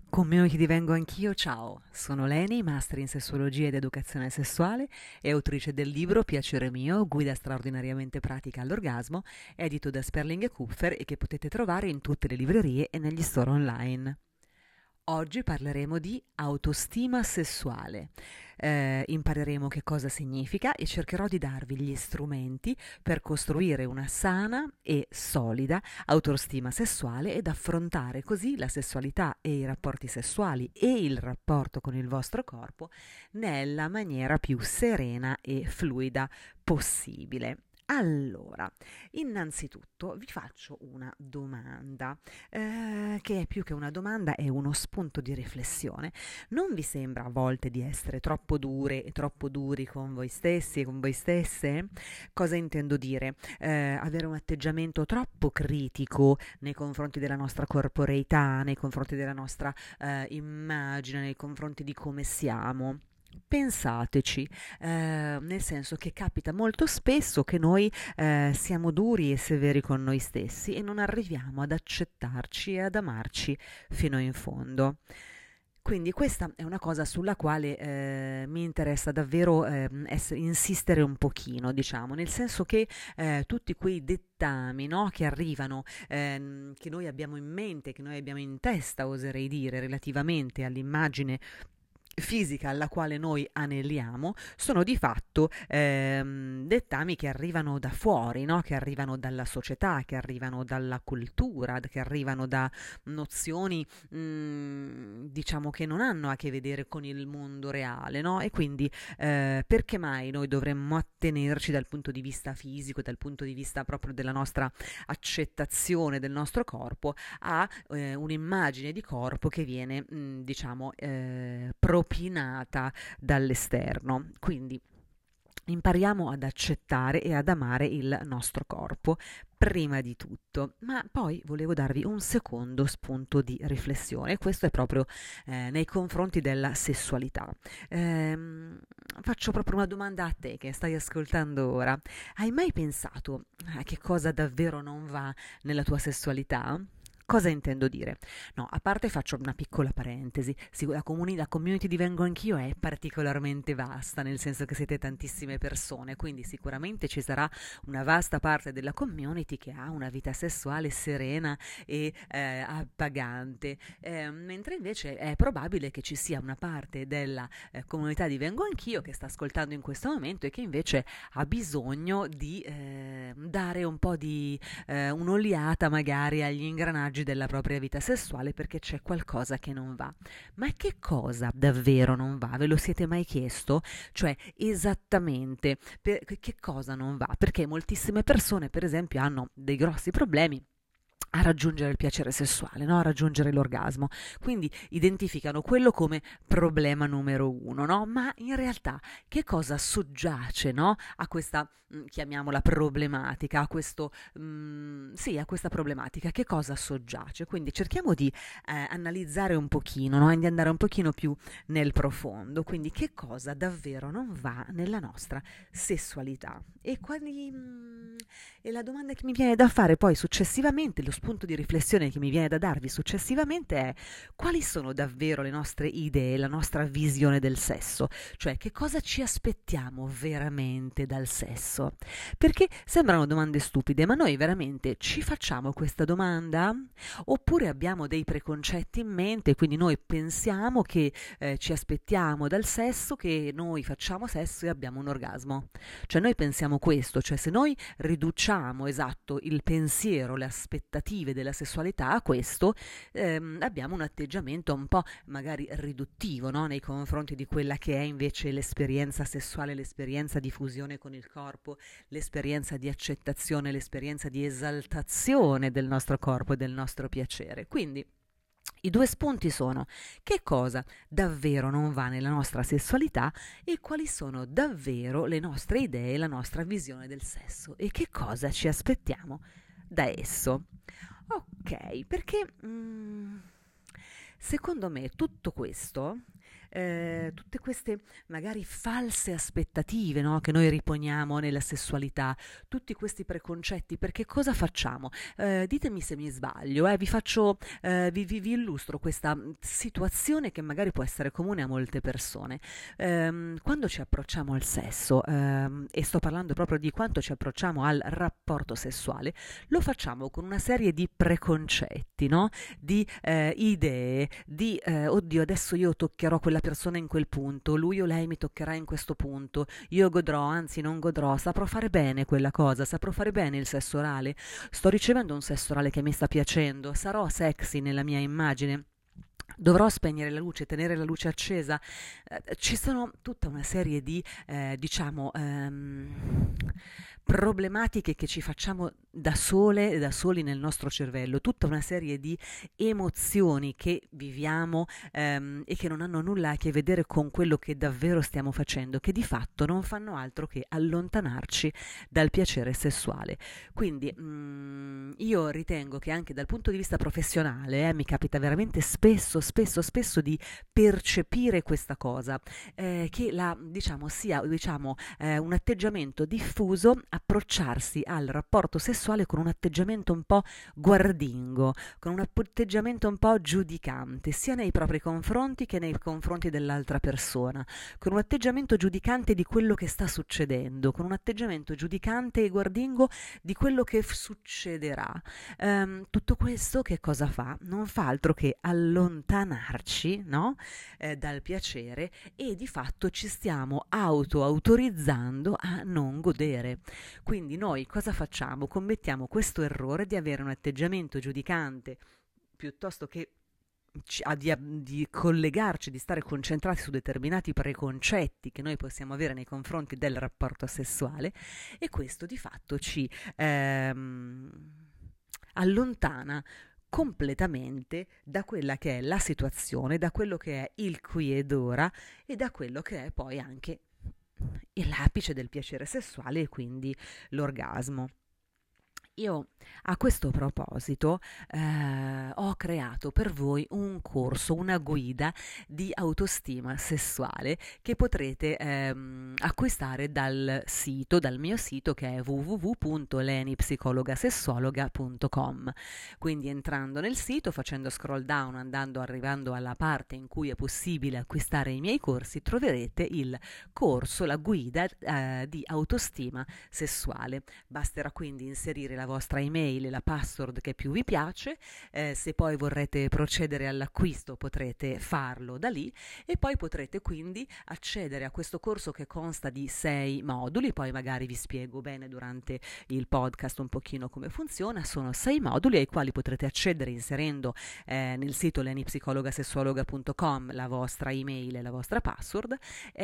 Con me ti divengo anch'io, ciao, sono Leni, master in sessuologia ed educazione sessuale e autrice del libro Piacere mio, guida straordinariamente pratica all'orgasmo, edito da Sperling e Kupfer e che potete trovare in tutte le librerie e negli store online. Oggi parleremo di autostima sessuale. Impareremo che cosa significa e cercherò di darvi gli strumenti per costruire una sana e solida autostima sessuale ed affrontare così la sessualità e i rapporti sessuali e il rapporto con il vostro corpo nella maniera più serena e fluida possibile. Allora, innanzitutto vi faccio una domanda, che è più che una domanda, è uno spunto di riflessione. Non vi sembra a volte di essere troppo dure e troppo duri con voi stessi e con voi stesse? Cosa intendo dire? Avere un atteggiamento troppo critico nei confronti della nostra corporeità, nei confronti della nostra immagine, nei confronti di come siamo. Pensateci, nel senso che capita molto spesso che noi siamo duri e severi con noi stessi e non arriviamo ad accettarci e ad amarci fino in fondo. Quindi questa è una cosa sulla quale mi interessa davvero insistere un pochino, diciamo, nel senso che tutti quei dettami, no, che arrivano, che noi abbiamo in mente, che noi abbiamo in testa, oserei dire, relativamente all'immagine fisica alla quale noi aneliamo, sono di fatto dettami che arrivano da fuori, no? Che arrivano dalla società, che arrivano dalla cultura, che arrivano da nozioni diciamo che non hanno a che vedere con il mondo reale, no? E quindi perché mai noi dovremmo attenerci dal punto di vista fisico, dal punto di vista proprio della nostra accettazione del nostro corpo a un'immagine di corpo che viene diciamo propinata dall'esterno. Quindi impariamo ad accettare e ad amare il nostro corpo prima di tutto, ma poi volevo darvi un secondo spunto di riflessione, questo è proprio nei confronti della sessualità. Faccio proprio una domanda a te che stai ascoltando ora. Hai mai pensato a che cosa davvero non va nella tua sessualità? Cosa intendo dire? No, a parte faccio una piccola parentesi, sì, la community di Vengo Anch'io è particolarmente vasta, nel senso che siete tantissime persone, quindi sicuramente ci sarà una vasta parte della community che ha una vita sessuale serena e appagante, mentre invece è probabile che ci sia una parte della comunità di Vengo Anch'io che sta ascoltando in questo momento e che invece ha bisogno di dare un po' di un'oliata magari agli ingranaggi della propria vita sessuale perché c'è qualcosa che non va. Ma che cosa davvero non va? Ve lo siete mai chiesto? Cioè, esattamente che cosa non va? Perché moltissime persone, per esempio, hanno dei grossi problemi a raggiungere il piacere sessuale, no? A raggiungere l'orgasmo. Quindi identificano quello come problema numero uno, no? Ma in realtà che cosa soggiace, no? A questa, chiamiamola problematica, a questo, sì, a questa problematica, che cosa soggiace? Quindi cerchiamo di analizzare un pochino, no? E di andare un pochino più nel profondo. Quindi che cosa davvero non va nella nostra sessualità? E la domanda che mi viene da fare poi successivamente, lo spunto di riflessione che mi viene da darvi successivamente è: quali sono davvero le nostre idee, la nostra visione del sesso? Cioè, che cosa ci aspettiamo veramente dal sesso? Perché sembrano domande stupide, ma noi veramente ci facciamo questa domanda? Oppure abbiamo dei preconcetti in mente, quindi noi pensiamo che ci aspettiamo dal sesso che noi facciamo sesso e abbiamo un orgasmo. Cioè noi pensiamo questo, cioè se noi riduciamo, esatto, il pensiero, le aspettative della sessualità a questo, abbiamo un atteggiamento un po' magari riduttivo, no? Nei confronti di quella che è invece l'esperienza sessuale, l'esperienza di fusione con il corpo, l'esperienza di accettazione, l'esperienza di esaltazione del nostro corpo e del nostro piacere. Quindi i due spunti sono: che cosa davvero non va nella nostra sessualità e quali sono davvero le nostre idee, la nostra visione del sesso e che cosa ci aspettiamo da esso. Ok, perché secondo me tutto questo tutte queste magari false aspettative, no? Che noi riponiamo nella sessualità, tutti questi preconcetti, perché cosa facciamo? Ditemi se mi sbaglio, vi illustro questa situazione che magari può essere comune a molte persone. Quando ci approcciamo al sesso, e sto parlando proprio di quanto ci approcciamo al rapporto sessuale, lo facciamo con una serie di preconcetti, no? Di idee, di oddio, adesso io toccherò quella persona in quel punto, lui o lei mi toccherà in questo punto, io godrò, anzi non godrò, saprò fare bene quella cosa, saprò fare bene il sesso orale, sto ricevendo un sesso orale che mi sta piacendo, sarò sexy nella mia immagine. Dovrò spegnere la luce, tenere la luce accesa. Ci sono tutta una serie di, problematiche che ci facciamo da soli nel nostro cervello, tutta una serie di emozioni che viviamo e che non hanno nulla a che vedere con quello che davvero stiamo facendo, che di fatto non fanno altro che allontanarci dal piacere sessuale. Quindi io ritengo che anche dal punto di vista professionale mi capita veramente spesso di percepire questa cosa, che sia un atteggiamento diffuso, approcciarsi al rapporto sessuale con un atteggiamento un po' guardingo, con un atteggiamento un po' giudicante, sia nei propri confronti che nei confronti dell'altra persona, con un atteggiamento giudicante di quello che sta succedendo, con un atteggiamento giudicante e guardingo di quello che succederà. Tutto questo che cosa fa? Non fa altro che allontanarci, no? Dal piacere, e di fatto ci stiamo autorizzando a non godere. Quindi noi cosa facciamo? Commettiamo questo errore di avere un atteggiamento giudicante piuttosto che di collegarci, di stare concentrati su determinati preconcetti che noi possiamo avere nei confronti del rapporto sessuale, e questo di fatto ci allontana completamente da quella che è la situazione, da quello che è il qui ed ora e da quello che è poi anche l'apice del piacere sessuale e quindi l'orgasmo. Io a questo proposito ho creato per voi un corso, una guida di autostima sessuale che potrete acquistare dal mio sito, che è www.lenipsicologasessuologa.com. Quindi entrando nel sito, facendo scroll down, arrivando alla parte in cui è possibile acquistare i miei corsi, troverete il corso, la guida di autostima sessuale. Basterà quindi inserire la vostra email e la password che più vi piace, se poi vorrete procedere all'acquisto potrete farlo da lì, e poi potrete quindi accedere a questo corso che consta di 6 moduli, poi magari vi spiego bene durante il podcast un pochino come funziona. Sono 6 moduli ai quali potrete accedere inserendo nel sito lenipsicologasessuologa.com la vostra email e la vostra password,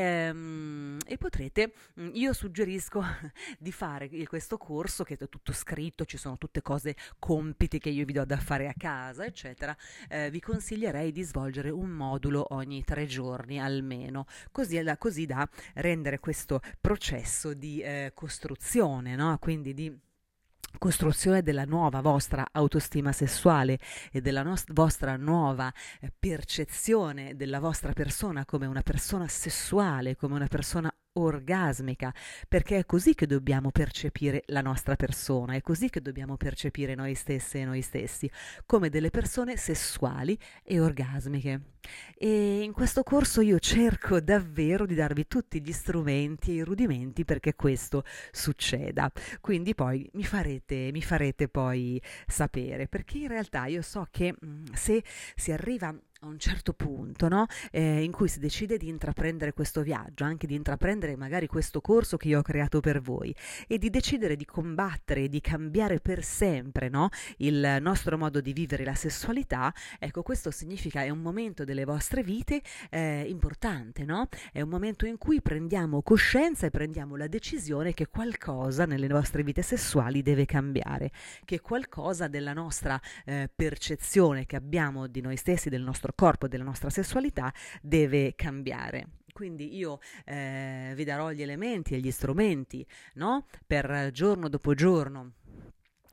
e potrete, io suggerisco di fare questo corso che è tutto scritto, ci sono tutte cose, compiti che io vi do da fare a casa, eccetera. Vi consiglierei di svolgere un modulo ogni 3 giorni almeno, così da rendere questo processo di costruzione, no? Quindi di costruzione della nuova vostra autostima sessuale e della vostra nuova percezione della vostra persona come una persona sessuale, come una persona orgasmica, perché è così che dobbiamo percepire la nostra persona, è così che dobbiamo percepire noi stesse e noi stessi, come delle persone sessuali e orgasmiche. E in questo corso io cerco davvero di darvi tutti gli strumenti e i rudimenti perché questo succeda. Quindi poi mi farete poi sapere, perché in realtà io so che se si arriva a un certo punto, no? In cui si decide di intraprendere questo viaggio, anche di intraprendere magari questo corso che io ho creato per voi, e di decidere di combattere e di cambiare per sempre, no? Il nostro modo di vivere la sessualità. Ecco, questo significa, è un momento delle vostre vite importante, no? È un momento in cui prendiamo coscienza e prendiamo la decisione che qualcosa nelle vostre vite sessuali deve cambiare, che qualcosa della nostra percezione che abbiamo di noi stessi, del nostro corpo, della nostra sessualità deve cambiare. Quindi io vi darò gli elementi e gli strumenti, no? Per giorno dopo giorno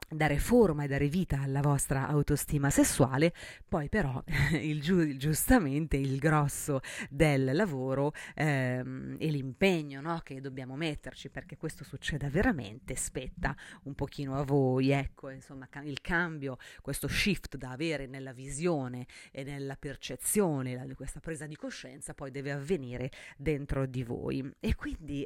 dare forma e dare vita alla vostra autostima sessuale. Poi però giustamente il grosso del lavoro e l'impegno, no, che dobbiamo metterci perché questo succeda veramente spetta un pochino a voi, ecco, insomma, il cambio, questo shift da avere nella visione e nella percezione, questa presa di coscienza poi deve avvenire dentro di voi. E quindi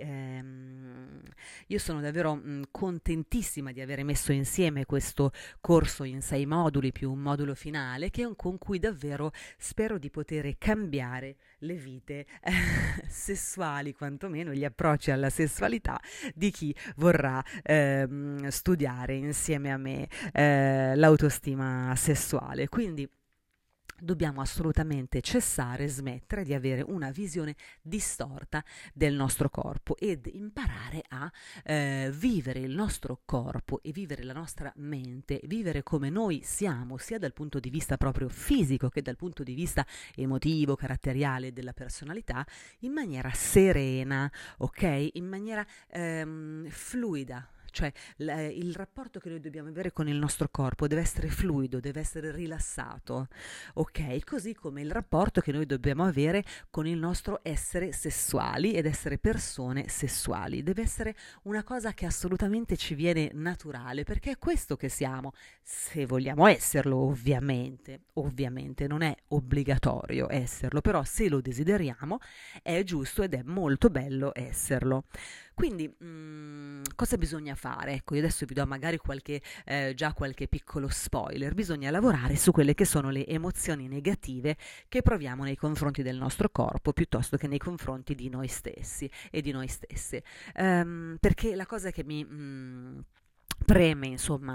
io sono davvero contentissima di avere messo insieme questo corso in 6 moduli più un modulo finale con cui davvero spero di poter cambiare le vite sessuali, quantomeno gli approcci alla sessualità di chi vorrà studiare insieme a me l'autostima sessuale. Quindi dobbiamo assolutamente cessare, smettere di avere una visione distorta del nostro corpo ed imparare a vivere il nostro corpo e vivere la nostra mente, vivere come noi siamo, sia dal punto di vista proprio fisico che dal punto di vista emotivo, caratteriale della personalità, in maniera serena, ok? In maniera fluida. Cioè il rapporto che noi dobbiamo avere con il nostro corpo deve essere fluido, deve essere rilassato, ok? Così come il rapporto che noi dobbiamo avere con il nostro essere sessuali ed essere persone sessuali. Deve essere una cosa che assolutamente ci viene naturale, perché è questo che siamo, se vogliamo esserlo ovviamente. Ovviamente non è obbligatorio esserlo, però se lo desideriamo è giusto ed è molto bello esserlo. Quindi cosa bisogna fare? Ecco, io adesso vi do magari già qualche piccolo spoiler. Bisogna lavorare su quelle che sono le emozioni negative che proviamo nei confronti del nostro corpo piuttosto che nei confronti di noi stessi e di noi stesse. Perché la cosa che mi preme insomma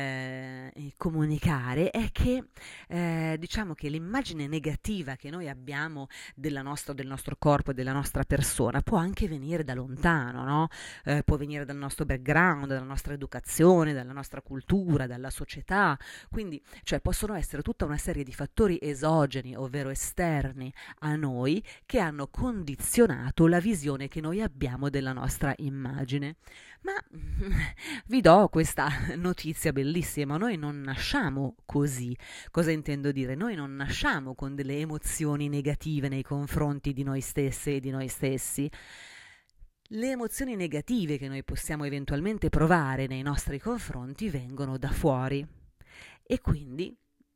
comunicare è che diciamo che l'immagine negativa che noi abbiamo del nostro corpo e della nostra persona può anche venire da lontano, no? Può venire dal nostro background, dalla nostra educazione, dalla nostra cultura, dalla società, quindi cioè possono essere tutta una serie di fattori esogeni, ovvero esterni a noi, che hanno condizionato la visione che noi abbiamo della nostra immagine. Ma vi do questa notizia bellissima: noi non nasciamo così. Cosa intendo dire? Noi non nasciamo con delle emozioni negative nei confronti di noi stesse e di noi stessi. Le emozioni negative che noi possiamo eventualmente provare nei nostri confronti vengono da fuori e quindi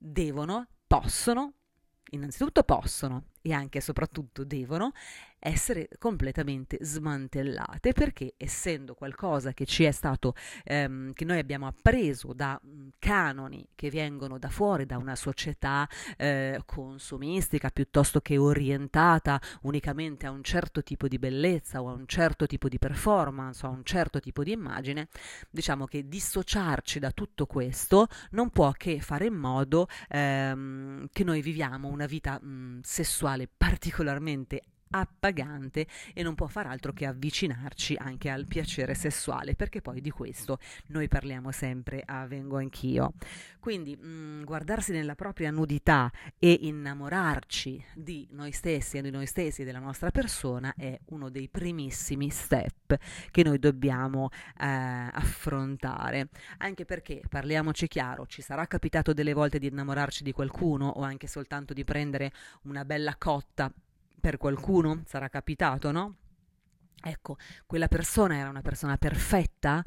innanzitutto possono e anche e soprattutto devono essere completamente smantellate, perché essendo qualcosa che ci è stato che noi abbiamo appreso da canoni che vengono da fuori, da una società consumistica piuttosto che orientata unicamente a un certo tipo di bellezza o a un certo tipo di performance o a un certo tipo di immagine, diciamo che dissociarci da tutto questo non può che fare in modo che noi viviamo una vita sessuale particolarmente appagante e non può far altro che avvicinarci anche al piacere sessuale, perché poi di questo noi parliamo sempre a Vengo Anch'io. Quindi guardarsi nella propria nudità e innamorarci di noi stessi e di noi stessi e della nostra persona è uno dei primissimi step che noi dobbiamo affrontare, anche perché, parliamoci chiaro, ci sarà capitato delle volte di innamorarci di qualcuno o anche soltanto di prendere una bella cotta per qualcuno, sarà capitato, no? Ecco, quella persona era una persona perfetta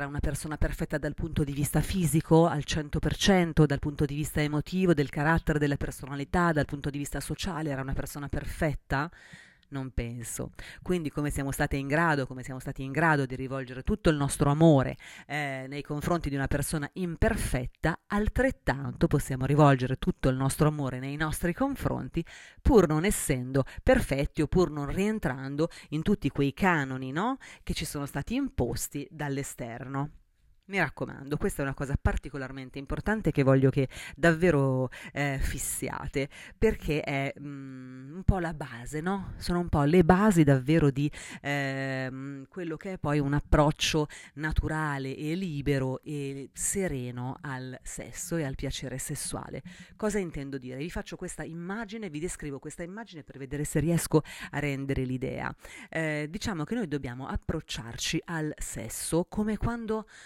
dal punto di vista fisico al 100%, dal punto di vista emotivo, del carattere, della personalità, dal punto di vista sociale, era una persona perfetta? Non penso. Quindi come siamo stati in grado di rivolgere tutto il nostro amore nei confronti di una persona imperfetta, altrettanto possiamo rivolgere tutto il nostro amore nei nostri confronti, pur non essendo perfetti o pur non rientrando in tutti quei canoni, no, che ci sono stati imposti dall'esterno. Mi raccomando, questa è una cosa particolarmente importante che voglio che davvero fissiate, perché è un po' la base, no? Sono un po' le basi davvero di quello che è poi un approccio naturale e libero e sereno al sesso e al piacere sessuale. Cosa intendo dire? Vi faccio questa immagine, vi descrivo questa immagine per vedere se riesco a rendere l'idea. Diciamo che noi dobbiamo approcciarci al sesso come quando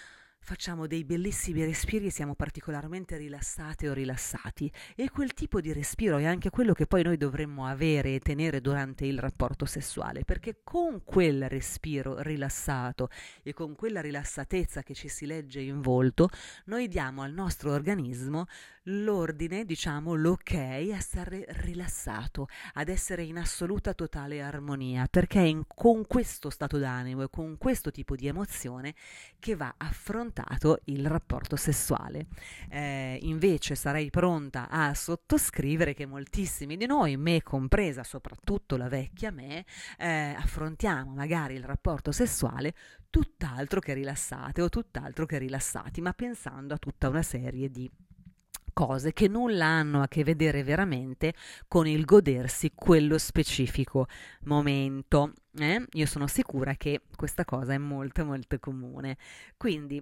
facciamo dei bellissimi respiri e siamo particolarmente rilassate o rilassati, e quel tipo di respiro è anche quello che poi noi dovremmo avere e tenere durante il rapporto sessuale, perché con quel respiro rilassato e con quella rilassatezza che ci si legge in volto, noi diamo al nostro organismo l'ordine, diciamo l'ok a stare rilassato, ad essere in assoluta totale armonia, perché è con questo stato d'animo e con questo tipo di emozione che va affrontato il rapporto sessuale. Invece sarei pronta a sottoscrivere che moltissimi di noi, me compresa, soprattutto la vecchia me, affrontiamo magari il rapporto sessuale tutt'altro che rilassate o tutt'altro che rilassati, ma pensando a tutta una serie di cose che nulla hanno a che vedere veramente con il godersi quello specifico momento. Io sono sicura che questa cosa è molto molto comune. Quindi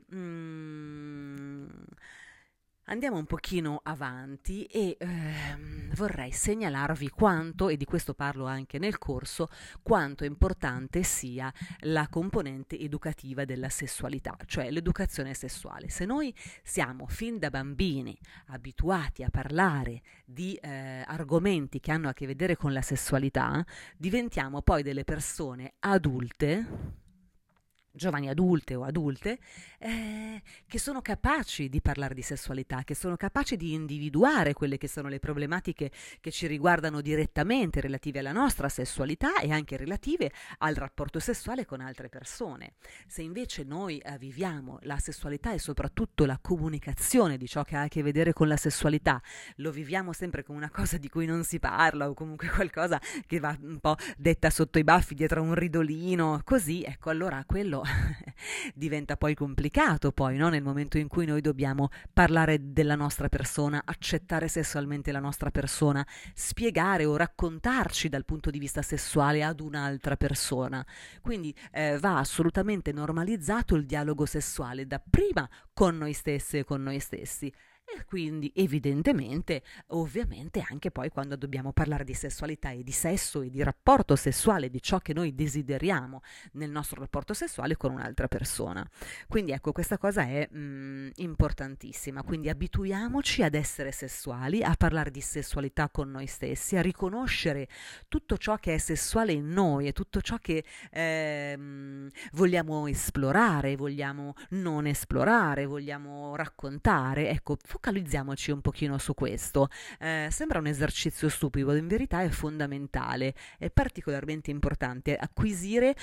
andiamo un pochino avanti e vorrei segnalarvi quanto, e di questo parlo anche nel corso, quanto importante sia la componente educativa della sessualità, cioè l'educazione sessuale. Se noi siamo fin da bambini abituati a parlare di argomenti che hanno a che vedere con la sessualità, diventiamo poi delle persone adulte, giovani adulte o adulte, che sono capaci di parlare di sessualità, che sono capaci di individuare quelle che sono le problematiche che ci riguardano direttamente relative alla nostra sessualità e anche relative al rapporto sessuale con altre persone. Se invece noi viviamo la sessualità e soprattutto la comunicazione di ciò che ha a che vedere con la sessualità, lo viviamo sempre come una cosa di cui non si parla o comunque qualcosa che va un po' detta sotto i baffi dietro a un ridolino, così, ecco, allora quello diventa poi complicato poi, no? Nel momento in cui noi dobbiamo parlare della nostra persona, accettare sessualmente la nostra persona, spiegare o raccontarci dal punto di vista sessuale ad un'altra persona. Quindi va assolutamente normalizzato il dialogo sessuale dapprima con noi stesse e con noi stessi. E quindi evidentemente, ovviamente anche poi quando dobbiamo parlare di sessualità e di sesso e di rapporto sessuale, di ciò che noi desideriamo nel nostro rapporto sessuale con un'altra persona. Quindi ecco, questa cosa è importantissima, quindi abituiamoci ad essere sessuali, a parlare di sessualità con noi stessi, a riconoscere tutto ciò che è sessuale in noi e tutto ciò che vogliamo esplorare, vogliamo non esplorare, vogliamo raccontare. Ecco, focalizziamoci un pochino su questo. Sembra un esercizio stupido, in verità è fondamentale, è particolarmente importante acquisire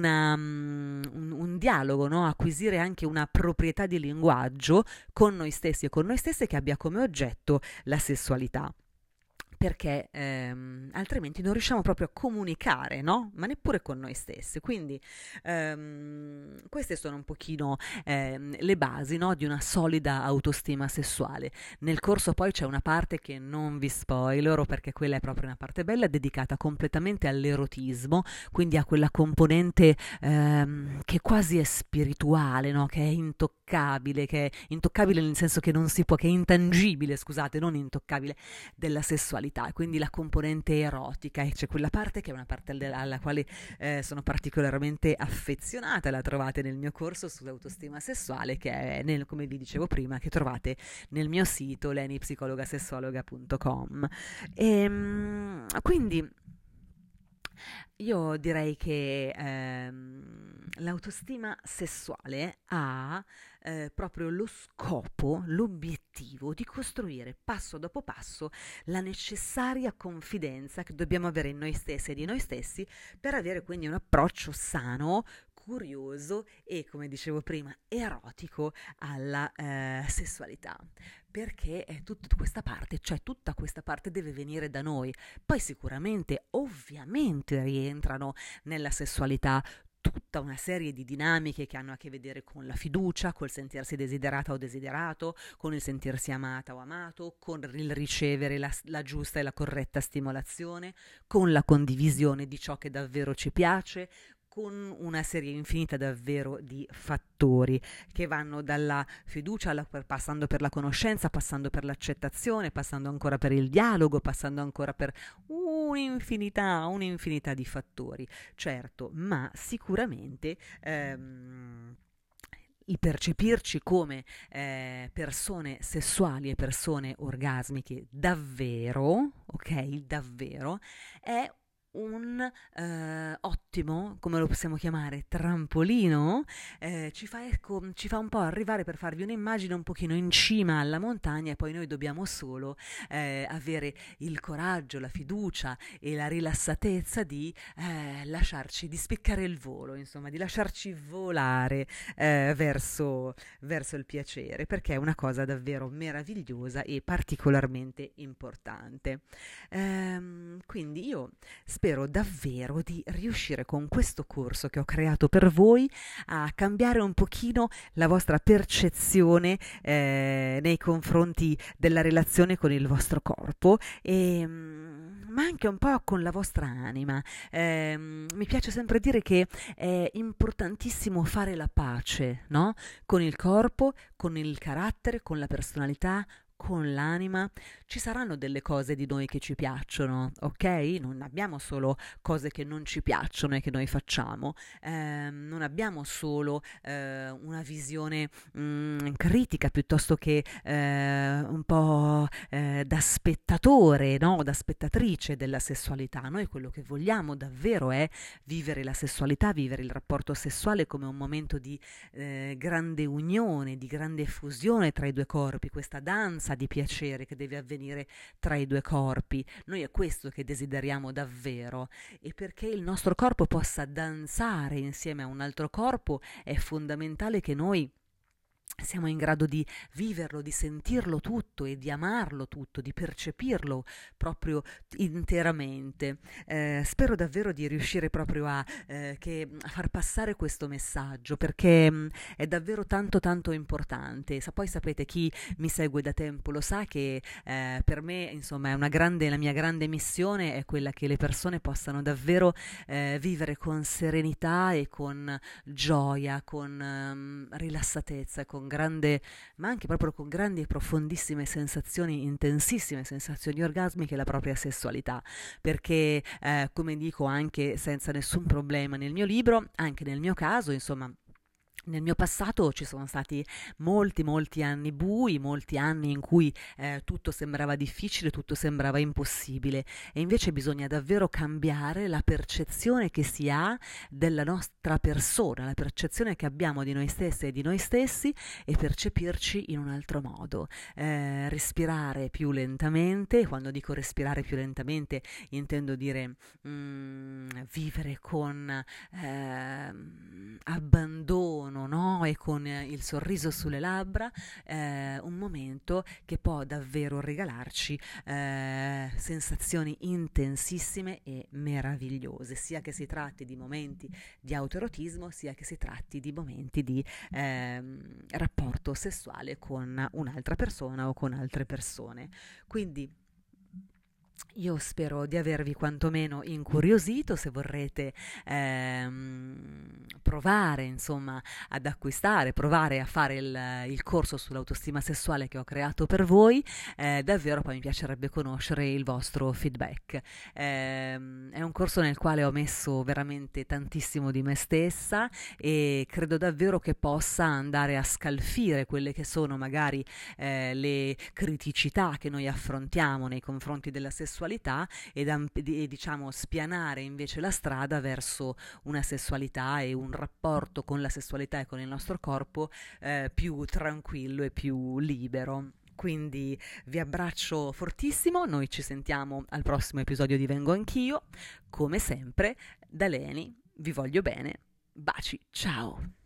un dialogo, no? Acquisire anche una proprietà di linguaggio con noi stessi e con noi stesse che abbia come oggetto la sessualità. Perché altrimenti non riusciamo proprio a comunicare, no? Ma neppure con noi stessi. Quindi queste sono un pochino le basi, no? Di una solida autostima sessuale. Nel corso poi c'è una parte che non vi spoilerò, perché quella è proprio una parte bella, dedicata completamente all'erotismo, quindi a quella componente che quasi è spirituale, no? Che è intoccabile nel senso che non si può, che è intangibile, scusate, non intoccabile, della sessualità. Quindi la componente erotica, e c'è quella parte che è una parte alla quale sono particolarmente affezionata, la trovate nel mio corso sull'autostima sessuale, che è come vi dicevo prima, che trovate nel mio sito lenipsicologasessuologa.com. Quindi io direi che l'autostima sessuale ha proprio lo scopo, l'obiettivo di costruire passo dopo passo la necessaria confidenza che dobbiamo avere in noi stessi e di noi stessi per avere quindi un approccio sano, curioso e, come dicevo prima, erotico alla sessualità. Perché tutta questa parte deve venire da noi. Poi sicuramente, ovviamente, rientrano nella sessualità tutta una serie di dinamiche che hanno a che vedere con la fiducia, col sentirsi desiderata o desiderato, con il sentirsi amata o amato, con il ricevere la giusta e la corretta stimolazione, con la condivisione di ciò che davvero ci piace, con una serie infinita davvero di fattori che vanno dalla fiducia passando per la conoscenza, passando per l'accettazione, passando ancora per il dialogo, passando ancora per un'infinità di fattori, certo, ma sicuramente il percepirci come persone sessuali e persone orgasmiche davvero, ok, davvero, è un ottimo, come lo possiamo chiamare, trampolino, ci fa, ecco, ci fa un po' arrivare, per farvi un'immagine, un pochino in cima alla montagna, e poi noi dobbiamo solo avere il coraggio, la fiducia e la rilassatezza di lasciarci, di spiccare il volo, insomma, di lasciarci volare verso il piacere, perché è una cosa davvero meravigliosa e particolarmente importante. Quindi io spero davvero di riuscire con questo corso che ho creato per voi a cambiare un pochino la vostra percezione nei confronti della relazione con il vostro corpo, ma anche un po' con la vostra anima. Mi piace sempre dire che è importantissimo fare la pace, no? Con il corpo, con il carattere, con la personalità, con l'anima. Ci saranno delle cose di noi che ci piacciono, ok? Non abbiamo solo cose che non ci piacciono e che noi facciamo, non abbiamo solo una visione critica, piuttosto che un po' da spettatore, no? Da spettatrice della sessualità. Noi quello che vogliamo davvero è vivere la sessualità, vivere il rapporto sessuale come un momento di grande unione, di grande fusione tra i due corpi, questa danza di piacere che deve avvenire tra i due corpi. Noi è questo che desideriamo davvero, e perché il nostro corpo possa danzare insieme a un altro corpo è fondamentale che noi siamo in grado di viverlo, di sentirlo tutto e di amarlo tutto, di percepirlo proprio interamente. Spero davvero di riuscire proprio a far passare questo messaggio, perché è davvero tanto tanto importante. Poi sapete, chi mi segue da tempo lo sa che per me, insomma, è la mia grande missione è quella che le persone possano davvero vivere con serenità e con gioia, con rilassatezza, con grande, ma anche proprio con grandi e profondissime sensazioni, intensissime sensazioni orgasmiche, la propria sessualità, perché come dico anche senza nessun problema nel mio libro, anche nel mio caso, insomma, nel mio passato ci sono stati molti anni bui, molti anni in cui tutto sembrava difficile, tutto sembrava impossibile, e invece bisogna davvero cambiare la percezione che si ha della nostra persona, la percezione che abbiamo di noi stessi e di noi stessi, e percepirci in un altro modo. Respirare più lentamente. Quando dico respirare più lentamente intendo dire vivere con abbandono, no? E con il sorriso sulle labbra, un momento che può davvero regalarci sensazioni intensissime e meravigliose, sia che si tratti di momenti di autoerotismo, sia che si tratti di momenti di rapporto sessuale con un'altra persona o con altre persone. Quindi io spero di avervi quantomeno incuriosito. Se vorrete provare, insomma, ad acquistare, provare a fare il corso sull'autostima sessuale che ho creato per voi, davvero poi mi piacerebbe conoscere il vostro feedback. È un corso nel quale ho messo veramente tantissimo di me stessa, e credo davvero che possa andare a scalfire quelle che sono magari le criticità che noi affrontiamo nei confronti della sessualità, e diciamo spianare invece la strada verso una sessualità e un rapporto con la sessualità e con il nostro corpo più tranquillo e più libero. Quindi vi abbraccio fortissimo, noi ci sentiamo al prossimo episodio di Vengo Anch'io. Come sempre, da Leni, vi voglio bene, baci, ciao!